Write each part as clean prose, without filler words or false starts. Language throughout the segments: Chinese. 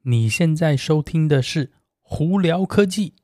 你现在收听的是胡聊科技。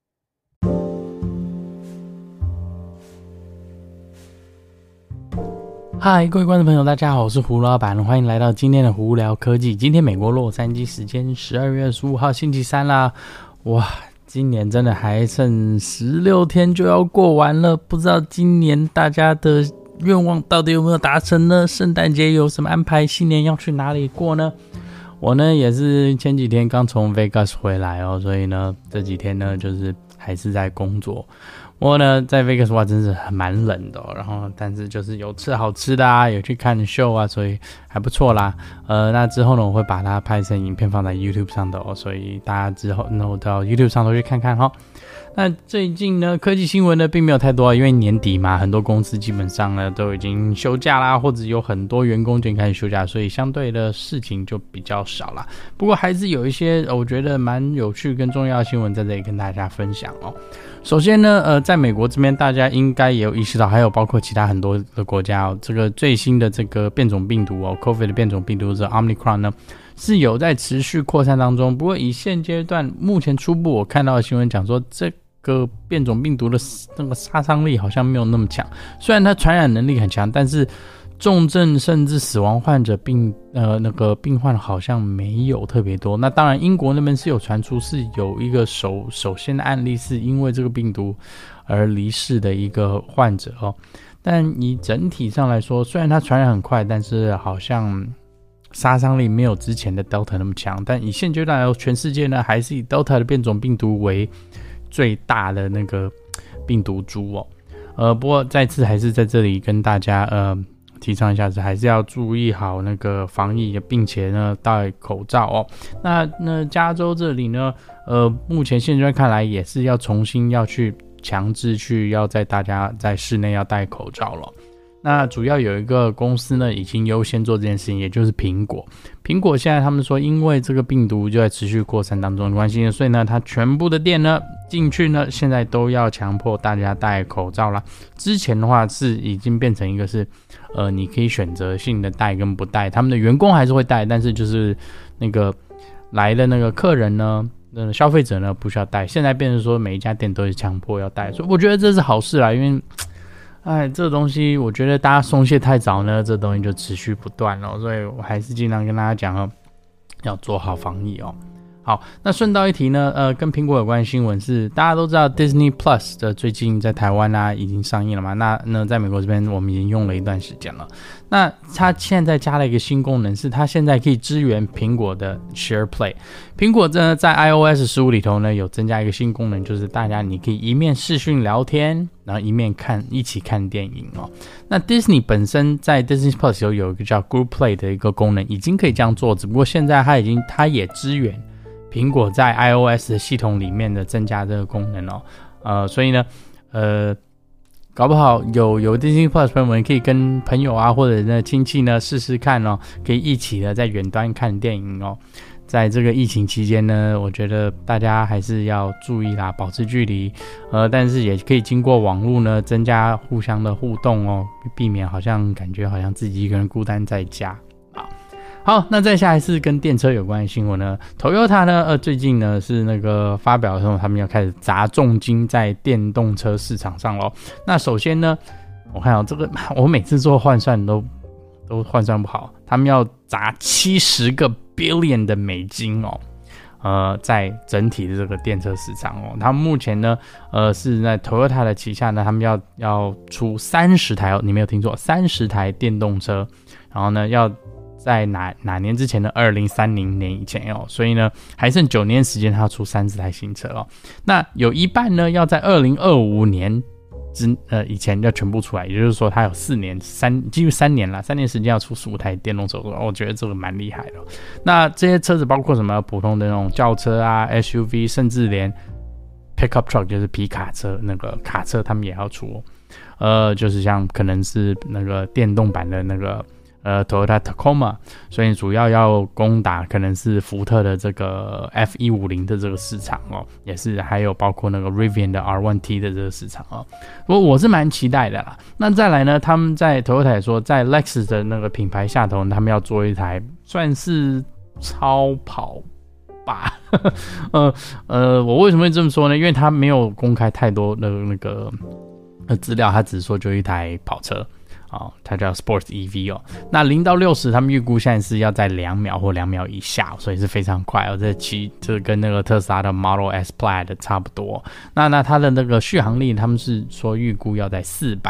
嗨，各位观众朋友，大家好，我是胡老板，欢迎来到今天的胡聊科技。今天美国洛杉矶时间12月25号星期三啦，哇，今年真的还剩16天就要过完了，不知道今年大家的愿望到底有没有达成呢？圣诞节有什么安排？新年要去哪里过呢？我呢也是前几天刚从 Vegas 回来哦，所以呢这几天呢就是还是在工作。我呢在 Vegas 哇真是蛮冷的然后但是就是有吃好吃的啊，有去看秀啊，所以还不错啦。那之后呢我会把它拍成影片放在 YouTube 上的所以大家之后呢到 YouTube 上都去看看那最近呢科技新闻呢并没有太多因为年底嘛，很多公司基本上呢都已经休假啦，或者有很多员工就已经开始休假，所以相对的事情就比较少啦。不过还是有一些我觉得蛮有趣跟重要的新闻在这里跟大家分享首先呢在美国这边大家应该也有意识到，还有包括其他很多的国家这个最新的这个变种病毒COVID 的变种病毒这 Omicron 呢是有在持续扩散当中。不过以现阶段目前初步我看到的新闻讲说，这个变种病毒的那个杀伤力好像没有那么强，虽然它传染能力很强，但是重症甚至死亡患者那个病患好像没有特别多。那当然英国那边是有传出是有一个首先的案例是因为这个病毒而离世的一个患者但以整体上来说，虽然它传染很快，但是好像杀伤力没有之前的 Delta 那么强。但以现阶段来说，全世界呢还是以 Delta 的变种病毒为最大的那个病毒株不过再次还是在这里跟大家提倡一下，还是要注意好那个防疫，并且呢戴口罩那加州这里呢目前现在看来也是要重新要去强制去要在大家在室内要戴口罩了。那主要有一个公司呢已经优先做这件事情，也就是苹果现在他们说因为这个病毒就在持续扩散当中的关系，所以呢它全部的店呢进去呢现在都要强迫大家戴口罩啦。之前的话是已经变成一个是你可以选择性的戴跟不戴，他们的员工还是会戴，但是就是那个来的那个客人呢消费者呢不需要戴，现在变成说每一家店都是强迫要戴，所以我觉得这是好事啦。因为这东西我觉得大家松懈太早呢，这东西就持续不断所以我还是尽量跟大家讲要做好防疫好，那顺道一提呢跟苹果有关的新闻是，大家都知道 Disney Plus 的最近在台湾已经上映了嘛，那在美国这边我们已经用了一段时间了。那它现在加了一个新功能，是它现在可以支援苹果的 Share Play。 苹果在 iOS 15里头呢有增加一个新功能，就是大家你可以一面视讯聊天，然后一面一起看电影那 Disney 本身在 Disney Plus 有一个叫 Group Play 的一个功能，已经可以这样做，只不过现在它也支援苹果在 iOS 的系统里面的增加这个功能所以呢搞不好有 Disney Plus 朋友们可以跟朋友或者亲戚呢试试看可以一起的在远端看电影在这个疫情期间呢，我觉得大家还是要注意啦，保持距离但是也可以经过网络呢增加互相的互动避免感觉好像自己一个人孤单在家。好，那再下来是跟电车有关的新闻呢。Toyota 呢最近呢是那个发表的时候，他们要开始砸重金在电动车市场上咯。那首先呢，我看这个我每次做换算都换算不好，他们要砸70个 billion 的美金在整体的这个电车市场他们目前呢是在 Toyota 的旗下呢，他们要出30台你没有听错，30台电动车，然后呢要在哪年之前呢？2030年以前所以呢还剩9年时间，他要出30台新车那有一半呢要在2025年以前要全部出来，也就是说他有4年几乎3年啦，3年时间要出15台电动车，我觉得这个蛮厉害的那这些车子包括什么？普通的那种轿车SUV， 甚至连 pickup truck 就是皮卡车那个卡车他们也要出就是像可能是那个电动版的那个Toyota Tacoma， 所以主要要攻打可能是福特的这个 F150 的这个市场也是还有包括那个 Rivian 的 R1T 的这个市场我是蛮期待的啦。那再来呢，他们在 Toyota 也说，在 Lexus 的那个品牌下头，他们要做一台算是超跑吧。我为什么会这么说呢？因为他没有公开太多的那个资料，他只是说就一台跑车。它叫 Sports EV 哦。那0到60，他们预估现在是要在2秒或2秒以下，所以是非常快哦。这跟那个特斯拉的 Model S Plaid 差不多。那它的那个续航力，他们是说预估要在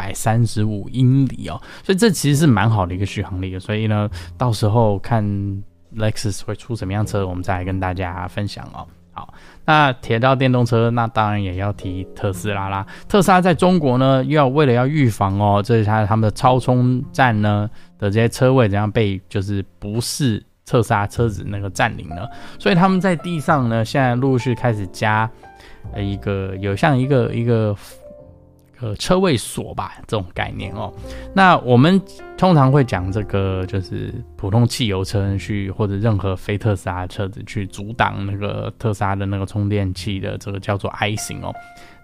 435英里哦，所以这其实是蛮好的一个续航力的。所以呢，到时候看 Lexus 会出什么样车，我们再来跟大家分享哦。好，那提到电动车，那当然也要提特斯拉啦。特斯拉在中国呢，为了要预防哦，这是他们的超充站呢的这些车位怎样被就是不是特斯拉车子那个占领了，所以他们在地上呢，现在陆续开始加有像一个车位锁吧，这种概念哦。那我们通常会讲这个就是普通汽油车去或者任何非特斯拉的车子去阻挡那个特斯拉的那个充电器的这个叫做 icing 哦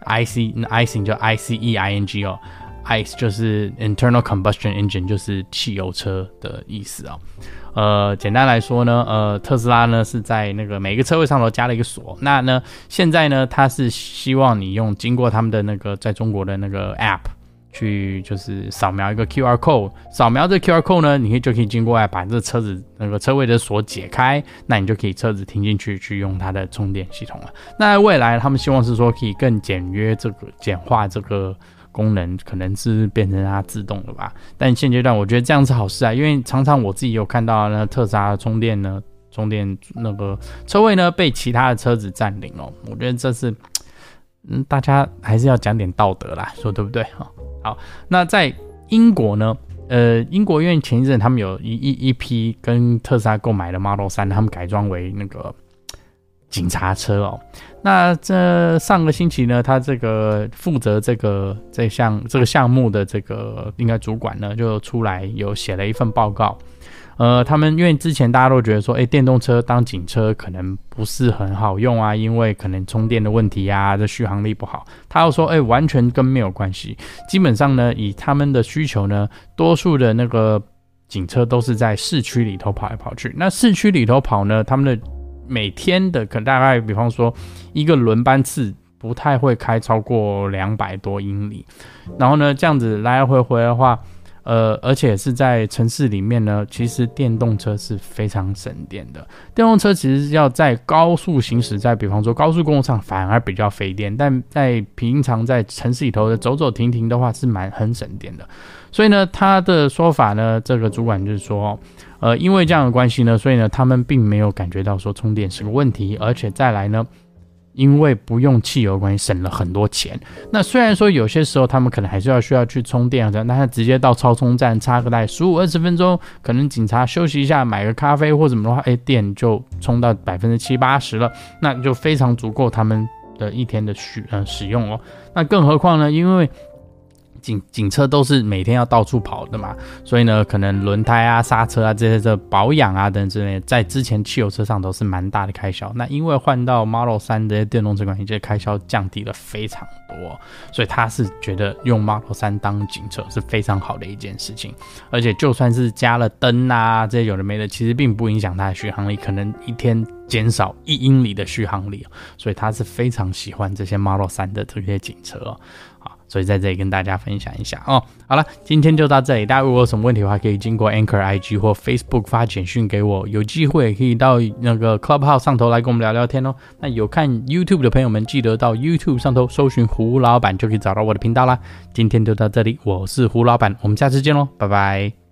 ，icing 叫 ICEING 哦。ICE 就是 Internal Combustion Engine， 就是汽油车的意思哦。简单来说呢，特斯拉呢是在那个每个车位上头加了一个锁。那呢，现在呢，它是希望你经过他们的那个在中国的那个 App 去，就是扫描一个 QR code， 扫描这 QR code 呢，你就可以经过 App 把这个车子那个车位的锁解开，那你就可以车子停进去用它的充电系统了。那未来他们希望是说可以更简化这个功能，可能是变成它自动的吧，但现阶段我觉得这样是好事啊，因为常常我自己有看到那特斯拉的充电那个车位呢被其他的车子占领哦，我觉得这是大家还是要讲点道德啦，说对不对？好，那在英国呢，英国因为前一阵他们有一批跟特斯拉购买的 Model 3，他们改装为那个警察车哦。那这上个星期呢，他这个负责这个项目的这个应该主管呢，就出来有写了一份报告。他们因为之前大家都觉得说，电动车当警车可能不是很好用啊，因为可能充电的问题啊，这续航力不好。他又说，完全跟没有关系。基本上呢，以他们的需求呢，多数的那个警车都是在市区里头跑来跑去。那市区里头跑呢，他们的每天的可能大概，比方说一个轮班次不太会开超过200多英里，然后呢，这样子来来回回的话，而且是在城市里面呢，其实电动车是非常省电的。电动车其实要在高速行驶，在比方说高速公路上反而比较费电，但在平常在城市里头的走走停停的话是很省电的。所以呢，他的说法呢，这个主管就是说，因为这样的关系呢，所以呢，他们并没有感觉到说充电是个问题，而且再来呢，因为不用汽油的关系，省了很多钱。那虽然说有些时候他们可能还是需要去充电，但他直接到超充站插个大概15-20分钟，可能警察休息一下，买个咖啡或什么的话，电就充到70-80%了，那就非常足够他们的一天的使用哦。那更何况呢，因为警车都是每天要到处跑的嘛，所以呢，可能轮胎啊、刹车啊这些保养啊等之类的，在之前汽油车上都是蛮大的开销。那因为换到 Model 3这些电动车关系，这些开销降低了非常多，所以他是觉得用 Model 3当警车是非常好的一件事情。而且就算是加了灯啊这些有的没的，其实并不影响它的续航力，可能一天减少1英里的续航力，所以他是非常喜欢这些 Model 3的这些警车哦。好，所以在这里跟大家分享一下哦。好了，今天就到这里。大家如果有什么问题的话，可以经过 Anchor IG 或 Facebook 发简讯给我。有机会也可以到那个 Clubhouse 上头来跟我们聊聊天哦。那有看 YouTube 的朋友们，记得到 YouTube 上头搜寻胡老板，就可以找到我的频道啦。今天就到这里，我是胡老板，我们下次见喽，拜拜。